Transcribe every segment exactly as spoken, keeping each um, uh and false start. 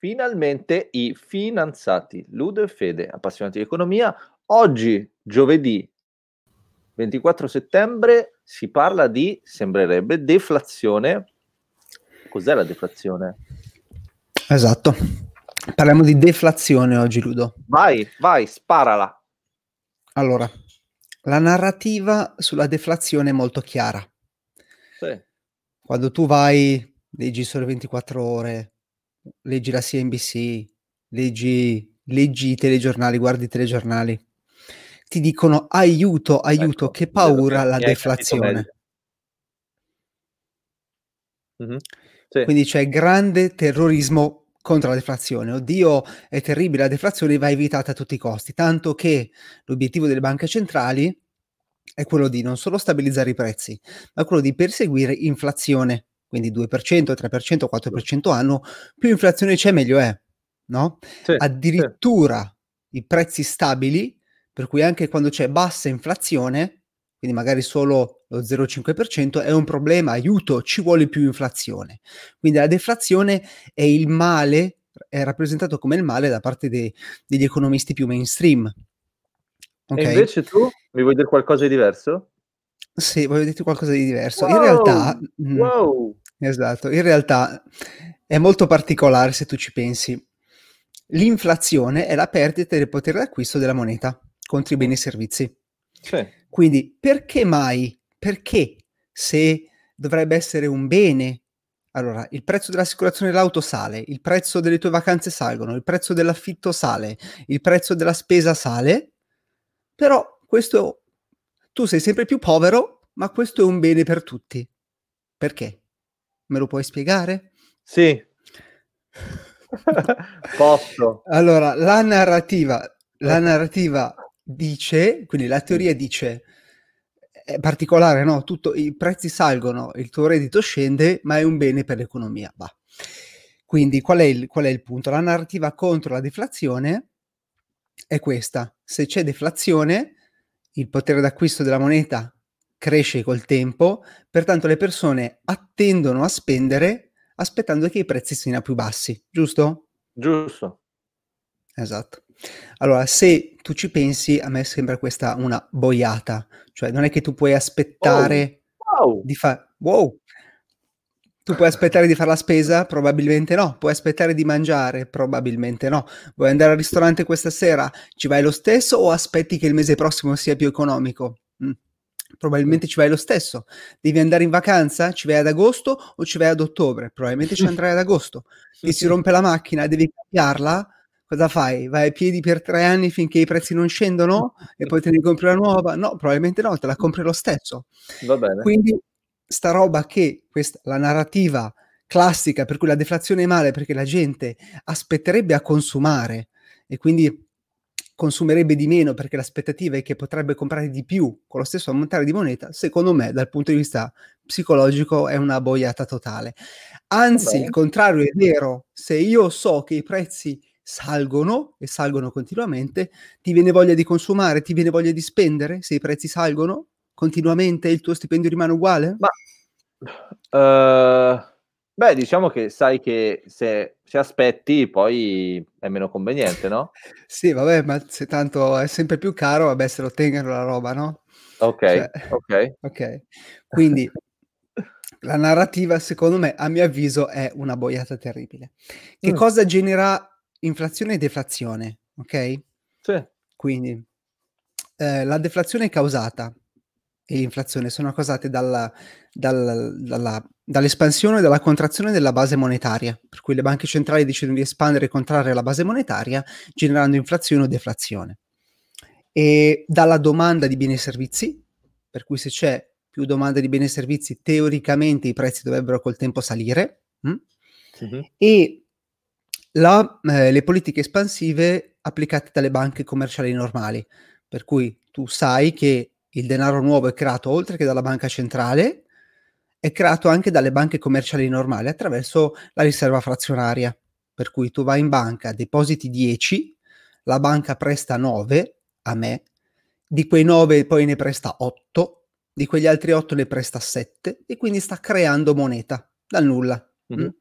Finalmente i finanziati, Ludo e Fede, appassionati di economia. Oggi, giovedì ventiquattro settembre, si parla di, sembrerebbe, deflazione. Cos'è la deflazione? Esatto. Parliamo di deflazione oggi, Ludo. Vai, vai, sparala. Allora, la narrativa sulla deflazione è molto chiara. Sì. Quando tu vai, leggi Sole ventiquattro Ore, leggi la C N B C, leggi, leggi i telegiornali, guardi i telegiornali, ti dicono aiuto, aiuto, Ecco, che vedo paura che la mi hai capito meglio. deflazione. Mhm. Sì. Quindi c'è grande terrorismo contro la deflazione. Oddio, è terribile, la deflazione va evitata a tutti i costi, tanto che l'obiettivo delle banche centrali è quello di non solo stabilizzare i prezzi, ma quello di perseguire inflazione, quindi due per cento, tre per cento, quattro per cento anno, più inflazione c'è meglio è, no? Sì, sì. Addirittura i prezzi stabili, per cui anche quando c'è bassa inflazione, quindi magari solo lo zero virgola cinque per cento, è un problema, aiuto, ci vuole più inflazione. Quindi la deflazione è il male, è rappresentato come il male da parte de- degli economisti più mainstream. E Ok? invece tu mi vuoi dire qualcosa di diverso? Sì, voglio dirti qualcosa di diverso. In realtà, Wow, mh, wow. esatto, in realtà è molto particolare se tu ci pensi. L'inflazione è la perdita del potere d'acquisto della moneta contro i beni Mm. e servizi. Sì. Quindi perché mai? Perché se dovrebbe essere un bene, allora il prezzo dell'assicurazione dell'auto sale, il prezzo delle tue vacanze salgono, il prezzo dell'affitto sale, il prezzo della spesa sale, però questo tu sei sempre più povero, ma questo è un bene per tutti. Perché? Me lo puoi spiegare? Sì. Posso. Allora, la narrativa, la narrativa dice, quindi la teoria dice, è particolare, no? Tutto, i prezzi salgono, il tuo reddito scende, ma è un bene per l'economia. Bah. Quindi qual è, il, qual è il punto? La narrativa contro la deflazione è questa. Se c'è deflazione, il potere d'acquisto della moneta cresce col tempo, pertanto le persone attendono a spendere aspettando che i prezzi siano più bassi, giusto? Giusto. Esatto. Allora, se tu ci pensi, a me sembra questa una boiata, cioè non è che tu puoi Oh, aspettare wow. di fare... Wow! Tu puoi aspettare di fare la spesa? Probabilmente no. Puoi aspettare di mangiare? Probabilmente no. Vuoi andare al ristorante questa sera? Ci vai lo stesso o aspetti che il mese prossimo sia più economico? Mm. Probabilmente ci vai lo stesso. Devi andare in vacanza? Ci vai ad agosto o ci vai ad ottobre? Probabilmente ci andrai ad agosto. Ti si rompe la macchina, devi cambiarla? Cosa fai? Vai a piedi per tre anni finché i prezzi non scendono e poi te ne compri una nuova? No, probabilmente no, te la compri lo stesso. Va bene. Quindi sta roba che questa, la narrativa classica per cui la deflazione è male perché la gente aspetterebbe a consumare e quindi consumerebbe di meno perché l'aspettativa è che potrebbe comprare di più con lo stesso ammontare di moneta, secondo me dal punto di vista psicologico è una boiata totale. Anzi, il contrario è vero, se io so che i prezzi salgono e salgono continuamente, ti viene voglia di consumare, ti viene voglia di spendere se i prezzi salgono continuamente e il tuo stipendio rimane uguale? Ma uh, beh, diciamo che sai che se, se aspetti poi è meno conveniente, no? Sì, vabbè, ma se tanto è sempre più caro, vabbè, se lo tengano la roba, no? Ok, Cioè, ok. ok. Quindi la narrativa, secondo me, a mio avviso, è una boiata terribile. Che Mm, cosa genera inflazione e deflazione? Ok? sì. Quindi eh, la deflazione è causata e l'inflazione sono causate dalla, dal- dalla- dall'espansione e dalla contrazione della base monetaria, per cui le banche centrali decidono di espandere e contrarre la base monetaria, generando inflazione o deflazione. E dalla domanda di beni e servizi, per cui se c'è più domanda di beni e servizi, teoricamente i prezzi dovrebbero col tempo salire, mh? Mhm. E la, eh, le politiche espansive applicate dalle banche commerciali normali, per cui tu sai che il denaro nuovo è creato oltre che dalla banca centrale, è creato anche dalle banche commerciali normali attraverso la riserva frazionaria, per cui tu vai in banca, depositi dieci, la banca presta nove a me, di quei nove poi ne presta otto, di quegli altri otto ne presta sette e quindi sta creando moneta dal nulla. Mm? Mhm.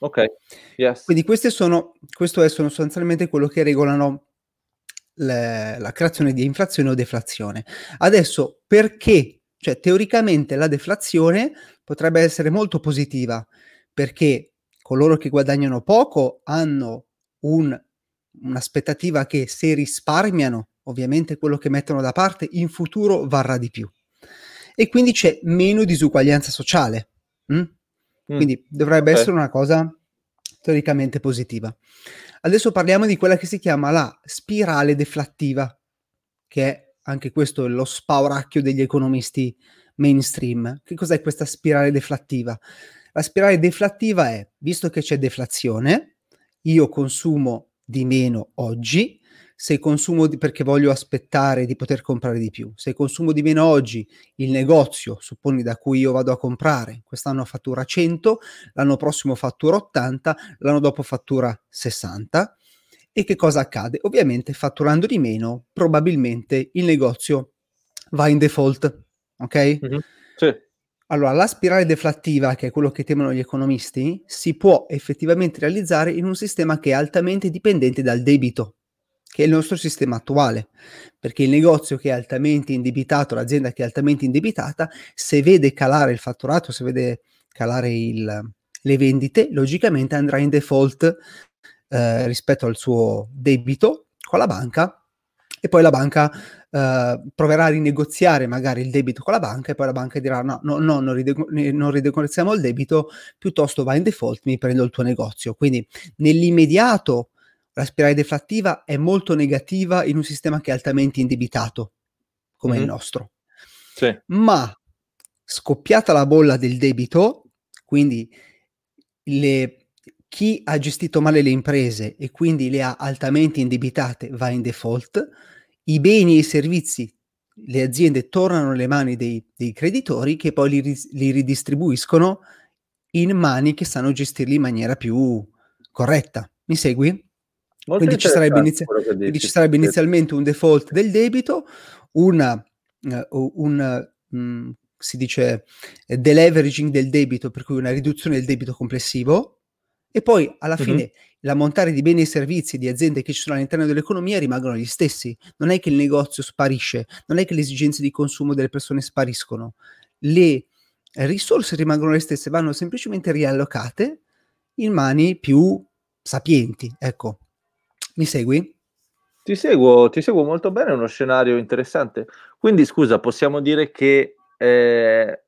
Ok, yes. Quindi queste sono, questo è sostanzialmente quello che regolano le, la creazione di inflazione o deflazione. Adesso, perché? Cioè, teoricamente la deflazione potrebbe essere molto positiva, perché coloro che guadagnano poco hanno un, un'aspettativa che se risparmiano, ovviamente quello che mettono da parte in futuro varrà di più. E quindi c'è meno disuguaglianza sociale. Mm? Mm, Quindi dovrebbe ok. essere una cosa teoricamente positiva. Adesso parliamo di quella che si chiama la spirale deflattiva, che è anche questo lo spauracchio degli economisti mainstream. Che cos'è questa spirale deflattiva? La spirale deflattiva è, visto che c'è deflazione, io consumo di meno oggi, se consumo di, perché voglio aspettare di poter comprare di più. Se consumo di meno oggi, il negozio, supponi da cui io vado a comprare, quest'anno fattura cento, l'anno prossimo fattura ottanta, l'anno dopo fattura sessanta. E che cosa accade? Ovviamente fatturando di meno, probabilmente il negozio va in default, ok? Mhm. Sì. Allora, la spirale deflattiva, che è quello che temono gli economisti, si può effettivamente realizzare in un sistema che è altamente dipendente dal debito, che è il nostro sistema attuale, perché il negozio che è altamente indebitato, l'azienda che è altamente indebitata, se vede calare il fatturato, se vede calare il, le vendite, logicamente andrà in default eh, rispetto al suo debito con la banca, e poi la banca eh, proverà a rinegoziare magari il debito con la banca, e poi la banca dirà no, no, no non, ride- non rinegoziamo il debito, piuttosto vai in default, mi prendo il tuo negozio. Quindi nell'immediato la spirale deflattiva è molto negativa in un sistema che è altamente indebitato come il Mhm. nostro. Sì. Ma scoppiata la bolla del debito, quindi le chi ha gestito male le imprese e quindi le ha altamente indebitate va in default, i beni e i servizi, le aziende tornano nelle mani dei, dei creditori che poi li, ris- li ridistribuiscono in mani che sanno gestirli in maniera più corretta. Mi segui? Molto Quindi ci sarebbe, interessante inizia- quello che quindi ci dici. sarebbe Sì. inizialmente un default del debito, una, eh, un, mh, si dice eh, deleveraging del debito, per cui una riduzione del debito complessivo, e poi alla Mhm. fine l'ammontare di beni e servizi di aziende che ci sono all'interno dell'economia rimangono gli stessi. Non è che il negozio sparisce, non è che le esigenze di consumo delle persone spariscono. Le risorse rimangono le stesse, vanno semplicemente riallocate in mani più sapienti. Ecco, mi segui? Ti seguo, ti seguo molto bene, è uno scenario interessante. Quindi, scusa, possiamo dire che eh,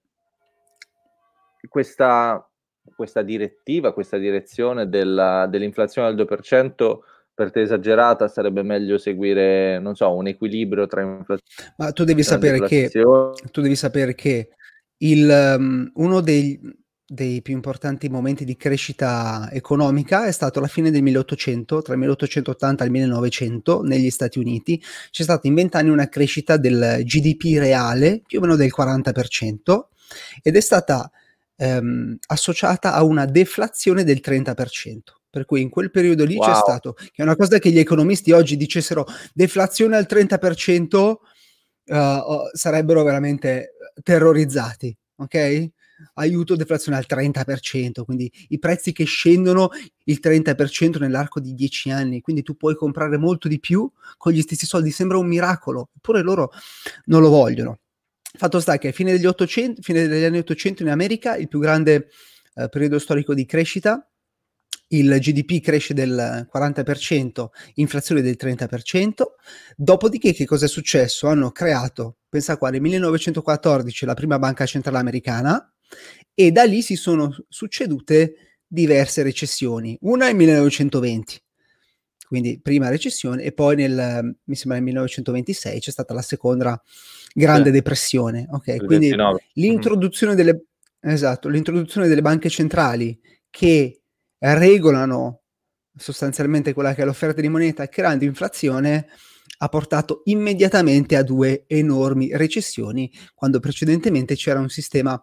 questa, questa direttiva, questa direzione della- dell'inflazione al due per cento per te esagerata, sarebbe meglio seguire, non so, un equilibrio tra inflazione Ma tu devi e sapere che, deflazione. tu devi sapere che il, um, uno dei, dei più importanti momenti di crescita economica è stato la fine del milleottocento, tra il milleottocentottanta e il millenovecento negli Stati Uniti. C'è stata in vent'anni una crescita del G D P reale più o meno del quaranta per cento ed è stata ehm, associata a una deflazione del trenta per cento. Per cui in quel periodo lì c'è Wow. stato, che è una cosa che gli economisti oggi dicessero deflazione al trenta per cento, uh, oh, sarebbero veramente terrorizzati, ok? Aiuto deflazione al trenta per cento, quindi i prezzi che scendono il trenta per cento nell'arco di dieci anni, quindi tu puoi comprare molto di più con gli stessi soldi, sembra un miracolo, eppure loro non lo vogliono. Fatto sta che a fine degli, ottocento, fine degli anni ottocento in America, il più grande eh, periodo storico di crescita, il G D P cresce del quaranta per cento, inflazione del trenta per cento, dopodiché che cosa è successo? Hanno creato, pensa qua, nel millenovecentoquattordici la prima banca centrale americana e da lì si sono succedute diverse recessioni, una nel millenovecentoventi, quindi prima recessione, e poi nel, mi sembra nel millenovecentoventisei c'è stata la seconda Sì, grande depressione, ok? il Quindi ventinove. Mhm. l'introduzione delle, esatto, l'introduzione delle banche centrali che regolano sostanzialmente quella che è l'offerta di moneta creando inflazione ha portato immediatamente a due enormi recessioni quando precedentemente c'era un sistema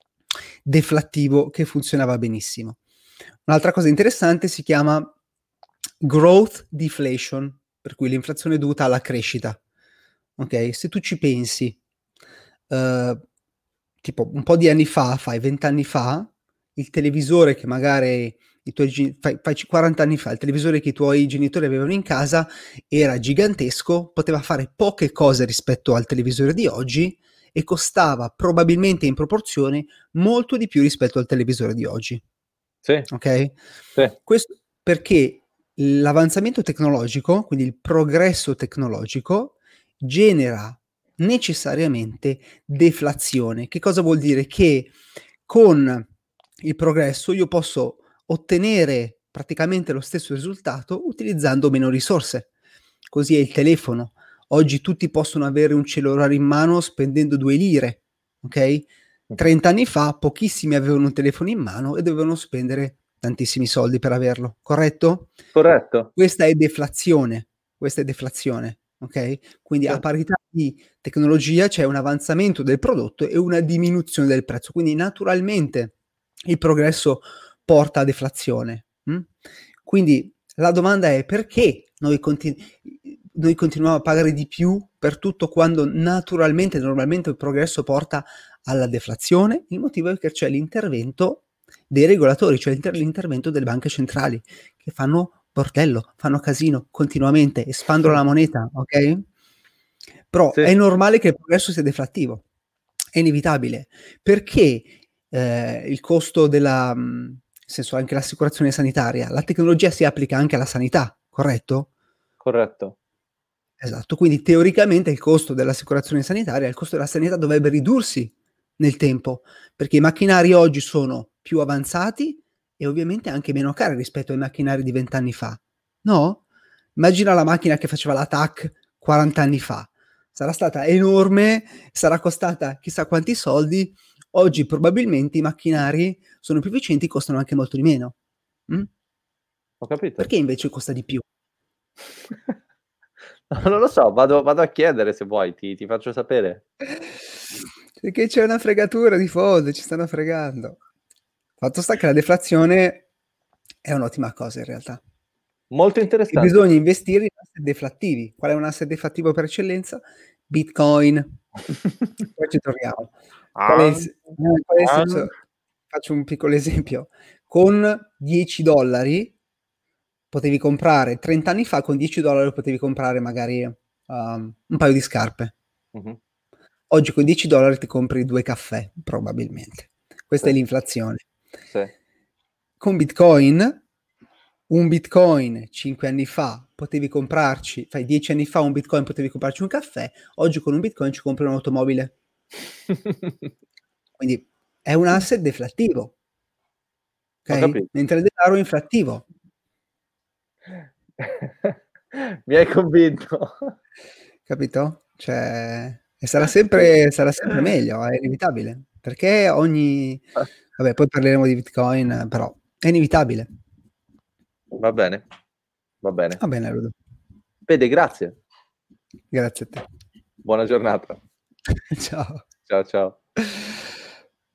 deflattivo che funzionava benissimo. Un'altra cosa interessante si chiama growth deflation, per cui l'inflazione è dovuta alla crescita. Ok, se tu ci pensi, uh, tipo un po' di anni fa, fai vent'anni fa, il televisore che magari i tuoi gen- fai, fai quaranta anni fa, il televisore che i tuoi genitori avevano in casa era gigantesco, poteva fare poche cose rispetto al televisore di oggi e costava probabilmente in proporzione molto di più rispetto al televisore di oggi. Sì, Ok? sì, Questo perché l'avanzamento tecnologico, quindi il progresso tecnologico, genera necessariamente deflazione. Che cosa vuol dire? Che con il progresso io posso ottenere praticamente lo stesso risultato utilizzando meno risorse. Così è il telefono. Oggi tutti possono avere un cellulare in mano spendendo due lire, ok? trenta anni fa pochissimi avevano un telefono in mano e dovevano spendere tantissimi soldi per averlo, corretto? corretto. Questa è deflazione, questa è deflazione, ok? Quindi a Sì. parità di tecnologia c'è un avanzamento del prodotto e una diminuzione del prezzo, quindi naturalmente il progresso porta a deflazione. Hm? Quindi la domanda è perché noi, continu- noi continuiamo a pagare di più per tutto quando naturalmente, normalmente il progresso porta alla deflazione? Il motivo è che c'è l'intervento dei regolatori, cioè l'inter- l'intervento delle banche centrali che fanno bordello, fanno casino continuamente, espandono la moneta, ok? Però Sì. è normale che il progresso sia deflattivo, è inevitabile, perché eh, il costo della, mh, nel senso anche l'assicurazione sanitaria, la tecnologia si applica anche alla sanità, corretto? Corretto. Esatto, quindi teoricamente il costo dell'assicurazione sanitaria, il costo della sanità dovrebbe ridursi nel tempo, perché i macchinari oggi sono più avanzati e ovviamente anche meno cari rispetto ai macchinari di vent'anni fa. No? Immagina la macchina che faceva la T A C quaranta anni fa. Sarà stata enorme, sarà costata chissà quanti soldi. Oggi probabilmente i macchinari sono più efficienti e costano anche molto di meno. Mm? Ho capito. Perché invece costa di più? Non lo so, vado, vado a chiedere se vuoi, ti, ti faccio sapere. Perché c'è una fregatura di fondo, ci stanno fregando. Fatto sta che la deflazione è un'ottima cosa in realtà. Molto E interessante. bisogna investire in asset deflattivi. Qual è un asset deflattivo per eccellenza? Bitcoin. Poi ci torniamo. Qual è il, Ah, s- eh, qual è il ah. senso? Faccio un piccolo esempio. Con dieci dollari potevi comprare, trenta anni fa con dieci dollari potevi comprare magari um, un paio di scarpe. Mhm. Oggi con dieci dollari ti compri due caffè, probabilmente. Questa Sì, è l'inflazione. sì. Con Bitcoin, un Bitcoin cinque anni fa potevi comprarci, fai dieci anni fa un Bitcoin potevi comprarci un caffè, oggi con un Bitcoin ci compri un'automobile. Quindi è un asset deflattivo, Ho ok? capito. Mentre il denaro è inflattivo. Mi hai convinto. Capito? Cioè, e sarà sempre, sarà sempre meglio, è inevitabile. Perché ogni... Vabbè, poi parleremo di Bitcoin, però è inevitabile. Va bene, va bene. Va bene, Ludo. Fede, grazie. Grazie a te. Buona giornata. Ciao. Ciao, ciao.